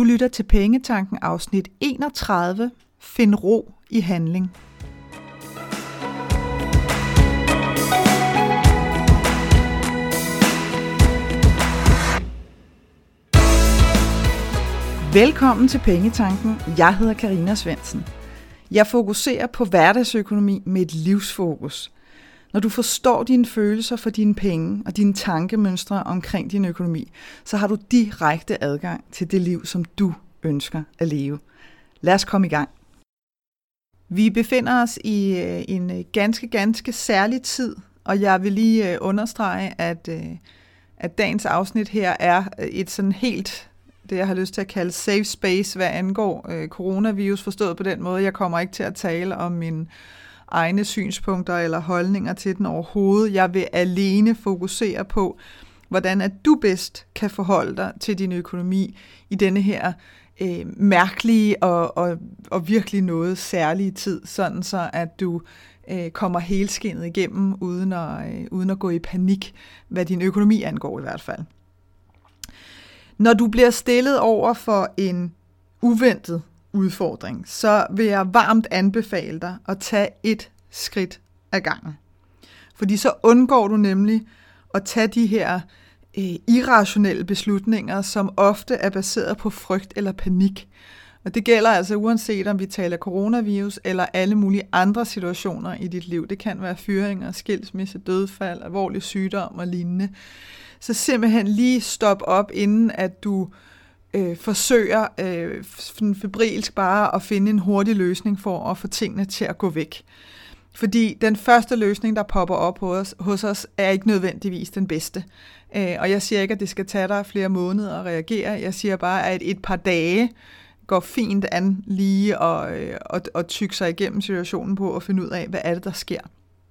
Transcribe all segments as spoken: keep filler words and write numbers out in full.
Du lytter til Pengetanken afsnit enogtredive. Find ro i handling. Velkommen til Pengetanken. Jeg hedder Karina Svendsen. Jeg fokuserer på hverdagsøkonomi med et livsfokus. Når du forstår dine følelser for dine penge og dine tankemønstre omkring din økonomi, så har du direkte adgang til det liv, som du ønsker at leve. Lad os komme i gang. Vi befinder os i en ganske, ganske særlig tid, og jeg vil lige understrege, at, at dagens afsnit her er et sådan helt, det jeg har lyst til at kalde safe space, hvad angår coronavirus, forstået på den måde. Jeg kommer ikke til at tale om min egne synspunkter eller holdninger til den overhovedet. Jeg vil alene fokusere på, hvordan at du bedst kan forholde dig til din økonomi i denne her øh, mærkelige og, og, og virkelig noget særlige tid, sådan så at du øh, kommer helskindet igennem, uden at, øh, uden at gå i panik, hvad din økonomi angår i hvert fald. Når du bliver stillet over for en uventet udfordring, så vil jeg varmt anbefale dig at tage et skridt ad gangen. Fordi så undgår du nemlig at tage de her øh, irrationelle beslutninger, som ofte er baseret på frygt eller panik. Og det gælder altså uanset om vi taler coronavirus eller alle mulige andre situationer i dit liv. Det kan være fyringer, skilsmisse, dødsfald, alvorlig sygdom og lignende. Så simpelthen lige stop op, inden at du Øh, forsøger øh, febrilsk bare at finde en hurtig løsning for at få tingene til at gå væk. Fordi den første løsning, der popper op hos os, hos os er ikke nødvendigvis den bedste. Øh, og jeg siger ikke, at det skal tage dig flere måneder at reagere. Jeg siger bare, at et par dage går fint an lige at, øh, at, at tykke sig igennem situationen på og finde ud af, hvad er det, der sker.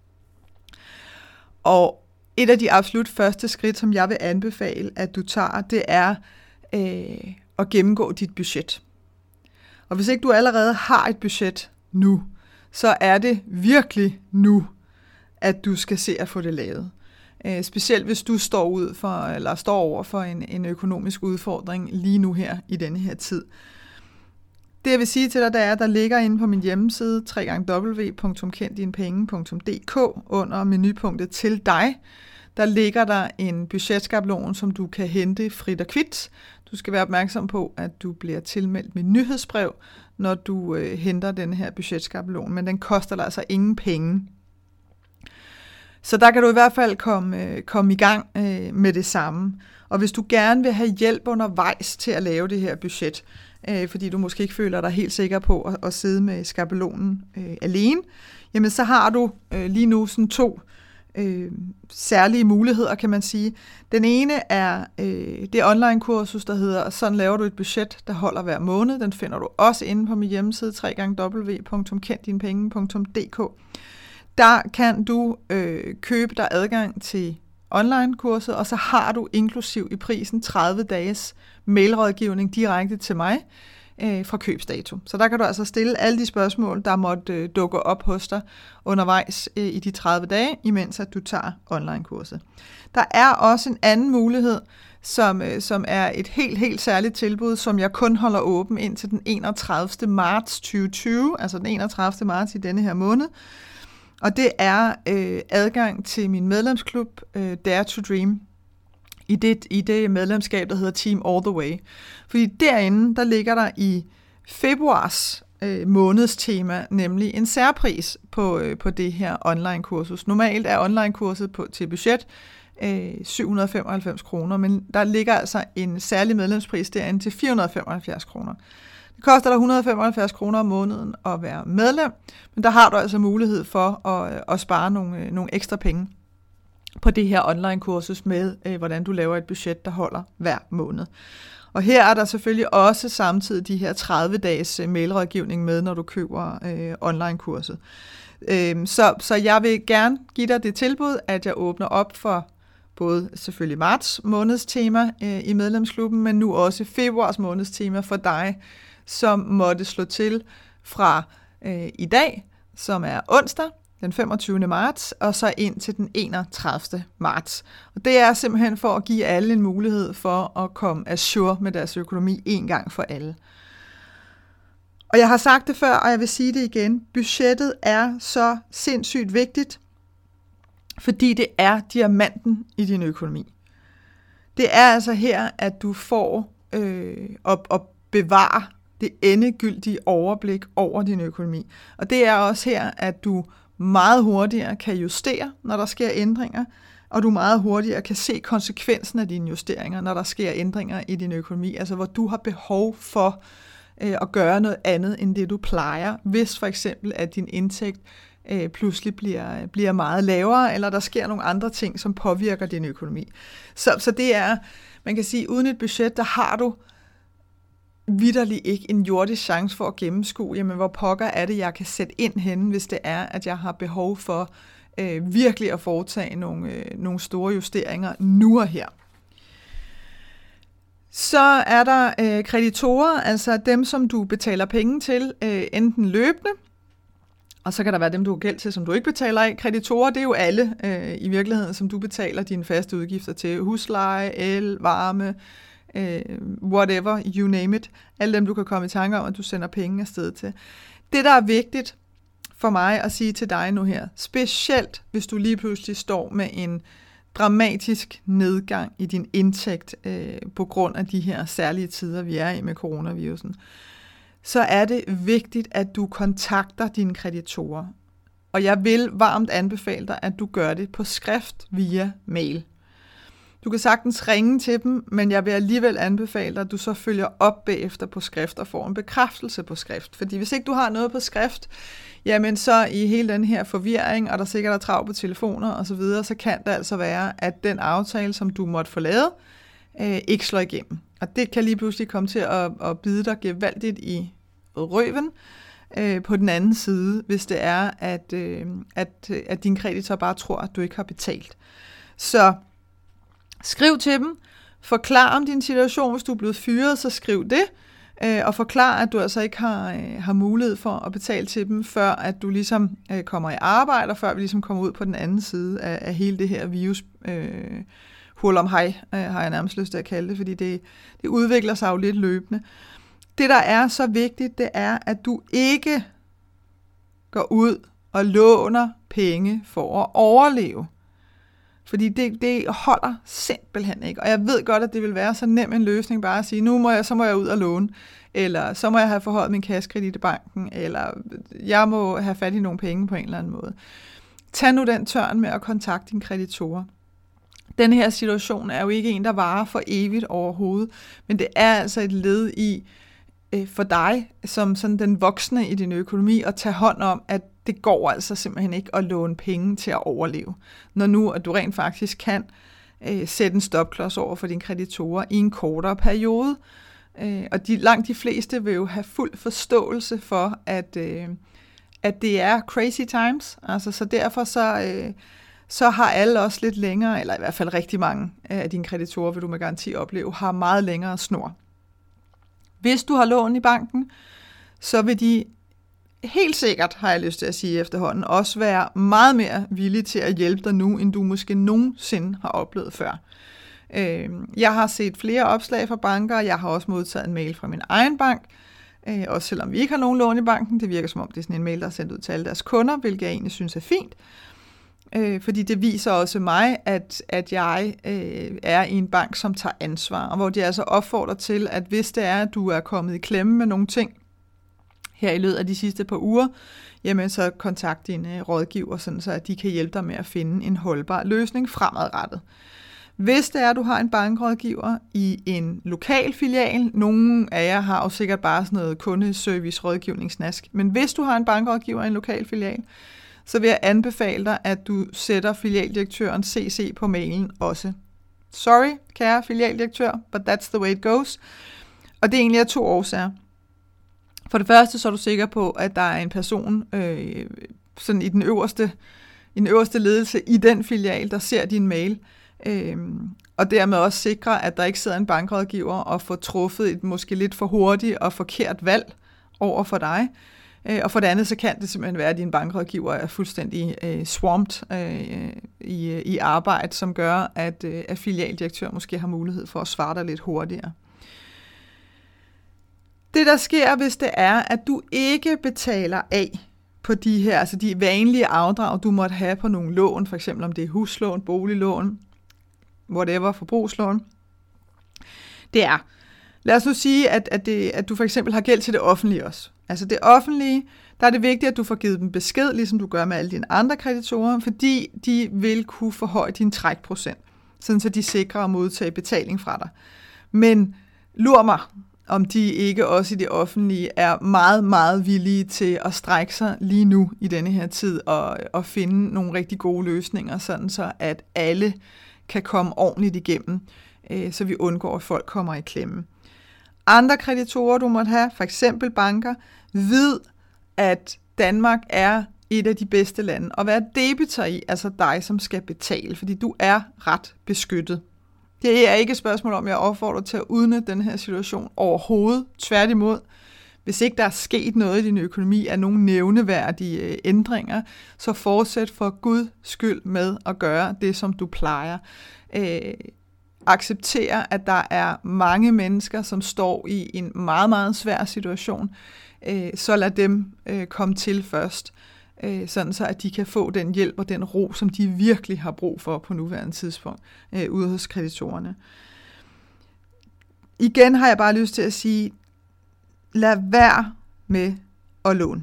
Og et af de absolut første skridt, som jeg vil anbefale, at du tager, det er Øh, at gennemgå dit budget. Og hvis ikke du allerede har et budget nu, så er det virkelig nu, at du skal se at få det lavet. Øh, specielt hvis du står ud for eller står over for en, en økonomisk udfordring lige nu her i denne her tid. Det jeg vil sige til dig, det er, at der ligger inde på min hjemmeside w w w punktum kend dine penge punktum d k under menupunktet til dig. Der ligger der en budgetskabelon, som du kan hente frit og kvit. Du skal være opmærksom på, at du bliver tilmeldt med nyhedsbrev, når du øh, henter den her budgetskabelon, men den koster dig altså ingen penge. Så der kan du i hvert fald komme, øh, komme i gang øh, med det samme. Og hvis du gerne vil have hjælp undervejs til at lave det her budget, øh, fordi du måske ikke føler dig helt sikker på at, at sidde med skabelonen øh, alene, jamen så har du øh, lige nu sådan to Øh, særlige muligheder, kan man sige. Den ene er øh, det online-kursus, der hedder Sådan laver du et budget, der holder hver måned. Den finder du også inde på min hjemmeside w w w punktum kend dine penge punktum d k. Der kan du øh, købe dig adgang til online-kurset, og så har du inklusiv i prisen tredive dages mailrådgivning direkte til mig øh, fra købsdato. Så der kan du altså stille alle de spørgsmål, der måtte øh, dukke op hos dig undervejs øh, i de tredive dage, imens at du tager online-kurset. Der er også en anden mulighed, som, øh, som er et helt, helt særligt tilbud, som jeg kun holder åben indtil den enogtredivte marts tyve tyve, altså den enogtredivte marts i denne her måned. Og det er øh, adgang til min medlemsklub øh, Dare to Dream, i det, i det medlemskab, der hedder Team All The Way. Fordi derinde, der ligger der i februars øh, månedstema, nemlig en særpris på, øh, på det her online-kursus. Normalt er online-kurset på, til budget øh, syv hundrede og femoghalvfems kroner, men der ligger altså en særlig medlemspris derinde til fire hundrede og femoghalvfjerds kroner. Det koster dig et hundrede og femoghalvfjerds kroner om måneden at være medlem, men der har du altså mulighed for at, at spare nogle, nogle ekstra penge på det her online-kursus med, øh, hvordan du laver et budget, der holder hver måned. Og her er der selvfølgelig også samtidig de her tredive dages øh, mailrådgivning med, når du køber øh, online-kurset. Øh, så, så jeg vil gerne give dig det tilbud, at jeg åbner op for både selvfølgelig marts måneds tema øh, i medlemsklubben, men nu også februars måneds tema for dig, som måtte slå til fra øh, i dag, som er onsdag, den femogtyvende marts, og så ind til den enogtredivte marts. Og det er simpelthen for at give alle en mulighed for at komme ajour med deres økonomi en gang for alle. Og jeg har sagt det før, og jeg vil sige det igen. Budgettet er så sindssygt vigtigt, fordi det er diamanten i din økonomi. Det er altså her, at du får øh, at, at bevare det endegyldige overblik over din økonomi. Og det er også her, at du meget hurtigere kan justere, når der sker ændringer, og du meget hurtigere kan se konsekvensen af dine justeringer, når der sker ændringer i din økonomi. Altså hvor du har behov for øh, at gøre noget andet, end det du plejer, hvis for eksempel at din indtægt øh, pludselig bliver, bliver meget lavere, eller der sker nogle andre ting, som påvirker din økonomi. Så, så det er, man kan sige, uden et budget, der har du vitterlig ikke en jordisk chance for at gennemskue, jamen hvor pokker er det, jeg kan sætte ind henne, hvis det er, at jeg har behov for øh, virkelig at foretage nogle, øh, nogle store justeringer nu og her. Så er der øh, kreditorer, altså dem, som du betaler penge til, øh, enten løbende, og så kan der være dem, du har gæld til, som du ikke betaler af. Kreditorer, det er jo alle øh, i virkeligheden, som du betaler dine faste udgifter til. Husleje, el, varme, Uh, whatever, you name it. Alle dem, du kan komme i tanke om, at du sender penge afsted til. Det, der er vigtigt for mig at sige til dig nu her, specielt hvis du lige pludselig står med en dramatisk nedgang i din indtægt uh, på grund af de her særlige tider, vi er i med coronavirusen, så er det vigtigt, at du kontakter dine kreditorer. Og jeg vil varmt anbefale dig, at du gør det på skrift via mail. Du kan sagtens ringe til dem, men jeg vil alligevel anbefale dig, at du så følger op bagefter på skrift og får en bekræftelse på skrift. Fordi hvis ikke du har noget på skrift, jamen så i hele den her forvirring, og der sikkert er travlt på telefoner og så videre, så kan det altså være, at den aftale, som du måtte få lavet, øh, ikke slår igennem. Og det kan lige pludselig komme til at, at bide dig gevaldigt i røven øh, på den anden side, hvis det er, at, øh, at, at din kreditor bare tror, at du ikke har betalt. Så skriv til dem, forklar om din situation, hvis du er blevet fyret, så skriv det, øh, og forklar, at du altså ikke har, øh, har mulighed for at betale til dem, før at du ligesom øh, kommer i arbejde, og før vi ligesom kommer ud på den anden side af, af hele det her virus, øh, hul om hej, øh, har jeg nærmest lyst til at kalde det, fordi det, det udvikler sig jo lidt løbende. Det, der er så vigtigt, det er, at du ikke går ud og låner penge for at overleve. Fordi det, det holder simpelthen ikke. Og jeg ved godt, at det vil være så nem en løsning bare at sige, nu må jeg, så må jeg ud og låne, eller så må jeg have forhøjet min kassekredit i banken, eller jeg må have fat i nogle penge på en eller anden måde. Tag nu den tørn med at kontakte dine kreditorer. Den her situation er jo ikke en, der varer for evigt overhovedet, men det er altså et led i øh, for dig, som sådan den voksne i din økonomi, at tage hånd om, at det går altså simpelthen ikke at låne penge til at overleve, når nu at du rent faktisk kan øh, sætte en stopklods over for dine kreditorer i en kortere periode. Øh, og de, langt de fleste vil jo have fuld forståelse for, at, øh, at det er crazy times. Altså, så derfor så, øh, så har alle også lidt længere, eller i hvert fald rigtig mange af dine kreditorer, vil du med garanti opleve, har meget længere snor. Hvis du har lån i banken, så vil de helt sikkert, har jeg lyst til at sige efterhånden, også være meget mere villige til at hjælpe dig nu, end du måske nogensinde har oplevet før. Jeg har set flere opslag fra banker, og jeg har også modtaget en mail fra min egen bank, også selvom vi ikke har nogen lån i banken. Det virker som om, det er sådan en mail, der er sendt ud til alle deres kunder, hvilket jeg egentlig synes er fint. Fordi det viser også mig, at, at jeg øh, er i en bank, som tager ansvar, og hvor de altså opfordrer til, at hvis det er, at du er kommet i klemme med nogle ting, her i løbet af de sidste par uger, jamen så kontakt dine rådgiver, sådan så at de kan hjælpe dig med at finde en holdbar løsning fremadrettet. Hvis det er, at du har en bankrådgiver i en lokal filial, nogle af jer har jo sikkert bare sådan noget kundeservice-rådgivningsnask, men hvis du har en bankrådgiver i en lokal filial, så vil jeg anbefale dig, at du sætter filialdirektøren C C på mailen også. Sorry, kære filialdirektør, but that's the way it goes. Og det er egentlig af to årsager. For det første, så er du sikker på, at der er en person øh, sådan i den øverste, i den øverste ledelse i den filial, der ser din mail, øh, og dermed også sikrer, at der ikke sidder en bankrådgiver og får truffet et måske lidt for hurtigt og forkert valg over for dig. Øh, og for det andet, så kan det simpelthen være, at din bankrådgiver er fuldstændig øh, swamped øh, i, i arbejde, som gør, at, øh, at filialdirektør måske har mulighed for at svare dig lidt hurtigere. Det, der sker, hvis det er, at du ikke betaler af på de her, altså de vanlige afdrag, du måtte have på nogle lån, for eksempel om det er huslån, boliglån, whatever, forbrugslån, det er, lad os nu sige, at, at, det, at du for eksempel har gæld til det offentlige også. Altså det offentlige, der er det vigtigt, at du får givet dem besked, ligesom du gør med alle dine andre kreditorer, fordi de vil kunne forhøje din trækprocent, sådan så de sikrer at modtage betaling fra dig. Men lur mig, om de ikke også i det offentlige er meget, meget villige til at strække sig lige nu i denne her tid og, og finde nogle rigtig gode løsninger, sådan så at alle kan komme ordentligt igennem, øh, så vi undgår, at folk kommer i klemme. Andre kreditorer, du måtte have, for eksempel banker, vid, at Danmark er et af de bedste lande at være debitor i, altså dig, som skal betale, fordi du er ret beskyttet. Det er ikke et spørgsmål om, at jeg opfordrer til at udnytte den her situation overhovedet. Tværtimod, hvis ikke der er sket noget i din økonomi af nogle nævneværdige ændringer, så fortsæt for Guds skyld med at gøre det, som du plejer. Øh, acceptere, at der er mange mennesker, som står i en meget, meget svær situation. Øh, så lad dem øh, komme til først, øh, sådan så at de kan få den hjælp og den ro, som de virkelig har brug for på nuværende tidspunkt øh, ude hos kreditorerne. Igen har jeg bare lyst til at sige, lad være med at låne.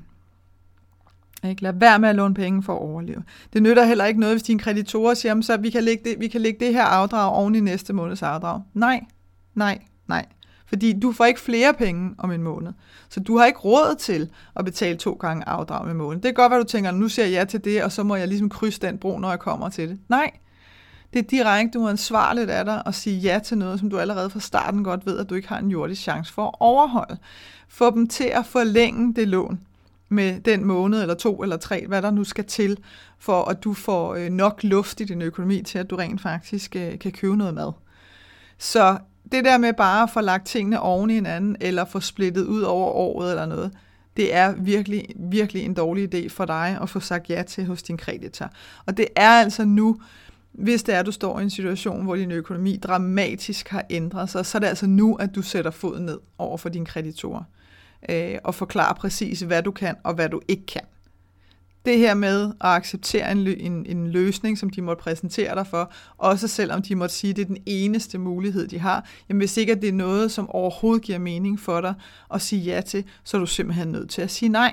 Ikke? Lad være med at låne penge for at overleve. Det nytter heller ikke noget, hvis dine kreditorer siger, så vi kan lægge det, vi kan lægge det her afdrag oven i næste måneds afdrag. Nej, nej, nej. Fordi du får ikke flere penge om en måned. Så du har ikke råd til at betale to gange afdrag med måneden. Det er godt, hvad du tænker, nu siger jeg ja til det, og så må jeg ligesom krydse den bro, når jeg kommer til det. Nej, det er direkte uansvarligt af dig at sige ja til noget, som du allerede fra starten godt ved, at du ikke har en jordisk chance for at overholde. Få dem til at forlænge det lån med den måned eller to eller tre, hvad der nu skal til, for at du får nok luft i din økonomi til, at du rent faktisk kan købe noget mad. Så det der med bare at få lagt tingene oven i hinanden, eller få splittet ud over året eller noget, det er virkelig, virkelig en dårlig idé for dig at få sagt ja til hos din kreditor. Og det er altså nu, hvis det er, at du står i en situation, hvor din økonomi dramatisk har ændret sig, så er det altså nu, at du sætter foden ned over for dine kreditorer øh, og forklarer præcis, hvad du kan og hvad du ikke kan. Det her med at acceptere en, en, en løsning, som de måtte præsentere dig for, også selvom de måtte sige, at det er den eneste mulighed, de har. Jamen hvis ikke at det er noget, som overhovedet giver mening for dig at sige ja til, så er du simpelthen nødt til at sige nej.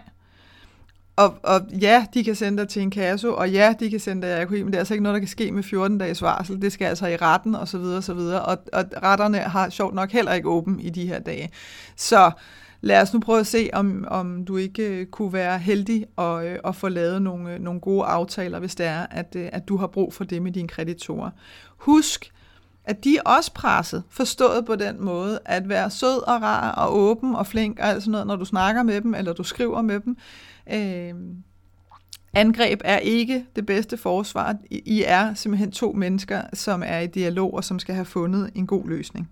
Og, og ja, de kan sende dig til en kasso, og ja, de kan sende dig i A K I, men det er altså ikke noget, der kan ske med fjorten dages varsel. Det skal altså i retten, og så videre, og så videre. Og, og retterne har sjovt nok heller ikke åben i de her dage. Så lad os nu prøve at se, om, om du ikke kunne være heldig og, og få lavet nogle, nogle gode aftaler, hvis det er, at, at du har brug for det med dine kreditorer. Husk, at de er også presset, forstået på den måde, at være sød og rar og åben og flink og alt sådan noget, når du snakker med dem, eller du skriver med dem. Øh, angreb er ikke det bedste forsvar. I er simpelthen to mennesker, som er i dialog og som skal have fundet en god løsning.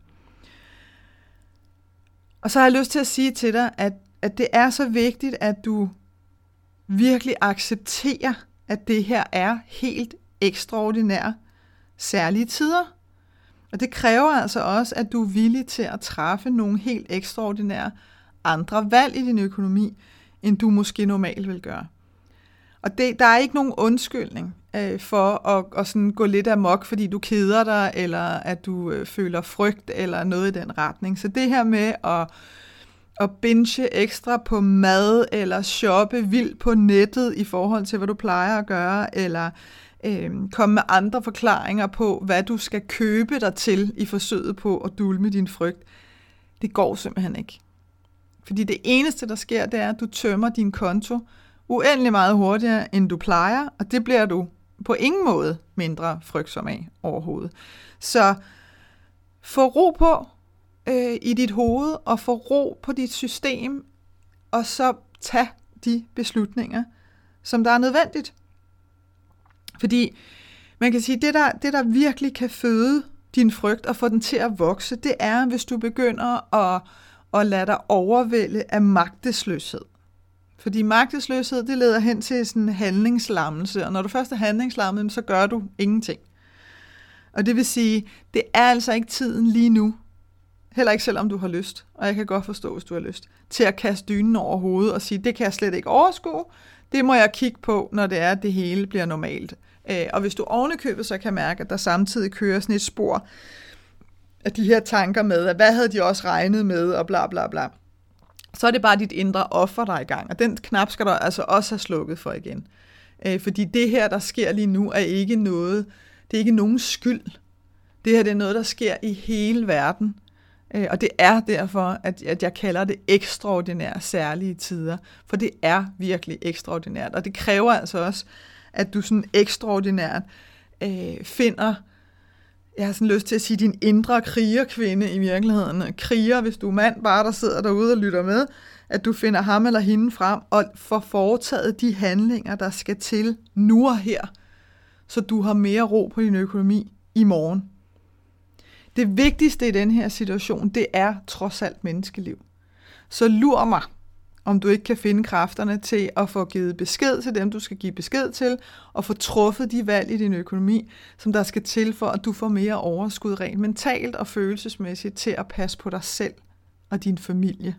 Og så har jeg lyst til at sige til dig, at, at det er så vigtigt, at du virkelig accepterer, at det her er helt ekstraordinære, særlige tider. Og det kræver altså også, at du er villig til at træffe nogle helt ekstraordinære andre valg i din økonomi, end du måske normalt vil gøre. Og det, der er ikke nogen undskyldning øh, for at, at sådan gå lidt amok, fordi du keder dig, eller at du øh, føler frygt, eller noget i den retning. Så det her med at, at binge ekstra på mad, eller shoppe vildt på nettet i forhold til, hvad du plejer at gøre, eller øh, komme med andre forklaringer på, hvad du skal købe dig til i forsøget på at dulme din frygt, det går simpelthen ikke. Fordi det eneste, der sker, det er, at du tømmer din konto uendelig meget hurtigere, end du plejer, og det bliver du på ingen måde mindre frygtsom af overhovedet. Så få ro på øh, i dit hoved, og få ro på dit system, og så tag de beslutninger, som der er nødvendigt. Fordi man kan sige, det der, det der virkelig kan føde din frygt og få den til at vokse, det er, hvis du begynder at, at lade dig overvælde af magtesløshed. Fordi magtesløshed, det leder hen til sådan en handlingslammelse, og når du først er handlingslammet, så gør du ingenting. Og det vil sige, det er altså ikke tiden lige nu, heller ikke selvom du har lyst, og jeg kan godt forstå, hvis du har lyst, til at kaste dynen over hovedet og sige, det kan jeg slet ikke overskue, det må jeg kigge på, når det er, at det hele bliver normalt. Og hvis du ovenikøbet så kan mærke, at der samtidig kører sådan et spor af de her tanker med, at hvad havde de også regnet med, og bla bla bla, så er det bare dit indre offer, der er i gang. Og den knap skal du altså også have slukket for igen. Fordi det her, der sker lige nu, er ikke noget, det er ikke nogen skyld. Det her, det er noget, der sker i hele verden. Og det er derfor, at, at jeg kalder det ekstraordinære særlige tider. For det er virkelig ekstraordinært. Og det kræver altså også, at du sådan ekstraordinært øh, finder, jeg har sådan lyst til at sige, din indre krigerkvinde i virkeligheden. Kriger, hvis du er mand bare, der sidder derude og lytter med, at du finder ham eller hende frem og får foretaget de handlinger, der skal til nu og her, så du har mere ro på din økonomi i morgen. Det vigtigste i den her situation, det er trods alt menneskeliv. Så lur mig, om du ikke kan finde kræfterne til at få givet besked til dem, du skal give besked til, og få truffet de valg i din økonomi, som der skal til for, at du får mere overskud rent mentalt og følelsesmæssigt til at passe på dig selv og din familie.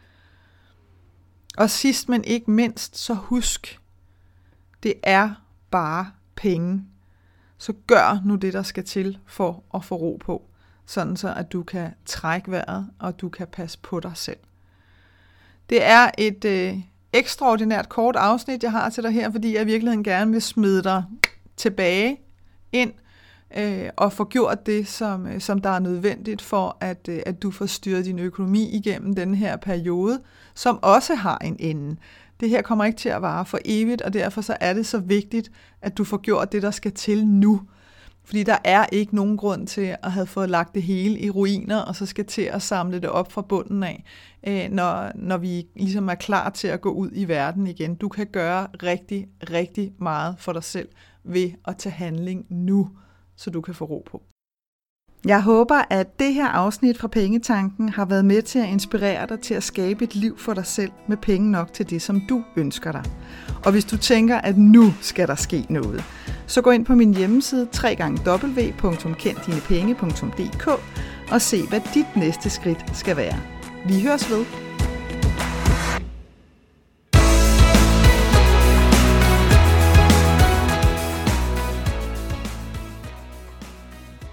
Og sidst, men ikke mindst, så husk, det er bare penge. Så gør nu det, der skal til for at få ro på, sådan så at du kan trække vejret, og du kan passe på dig selv. Det er et øh, ekstraordinært kort afsnit, jeg har til dig her, fordi jeg i virkeligheden gerne vil smide dig tilbage ind øh, og få gjort det, som, øh, som der er nødvendigt for, at, øh, at du får styret din økonomi igennem den her periode, som også har en ende. Det her kommer ikke til at vare for evigt, og derfor så er det så vigtigt, at du får gjort det, der skal til nu. Fordi der er ikke nogen grund til at have fået lagt det hele i ruiner, og så skal til at samle det op fra bunden af, når, når vi ligesom er klar til at gå ud i verden igen. Du kan gøre rigtig, rigtig meget for dig selv ved at tage handling nu, så du kan få ro på. Jeg håber, at det her afsnit fra Pengetanken har været med til at inspirere dig til at skabe et liv for dig selv med penge nok til det, som du ønsker dig. Og hvis du tænker, at nu skal der ske noget, så gå ind på min hjemmeside w w w punktum kend dine penge punktum d k og se, hvad dit næste skridt skal være. Vi høres ved.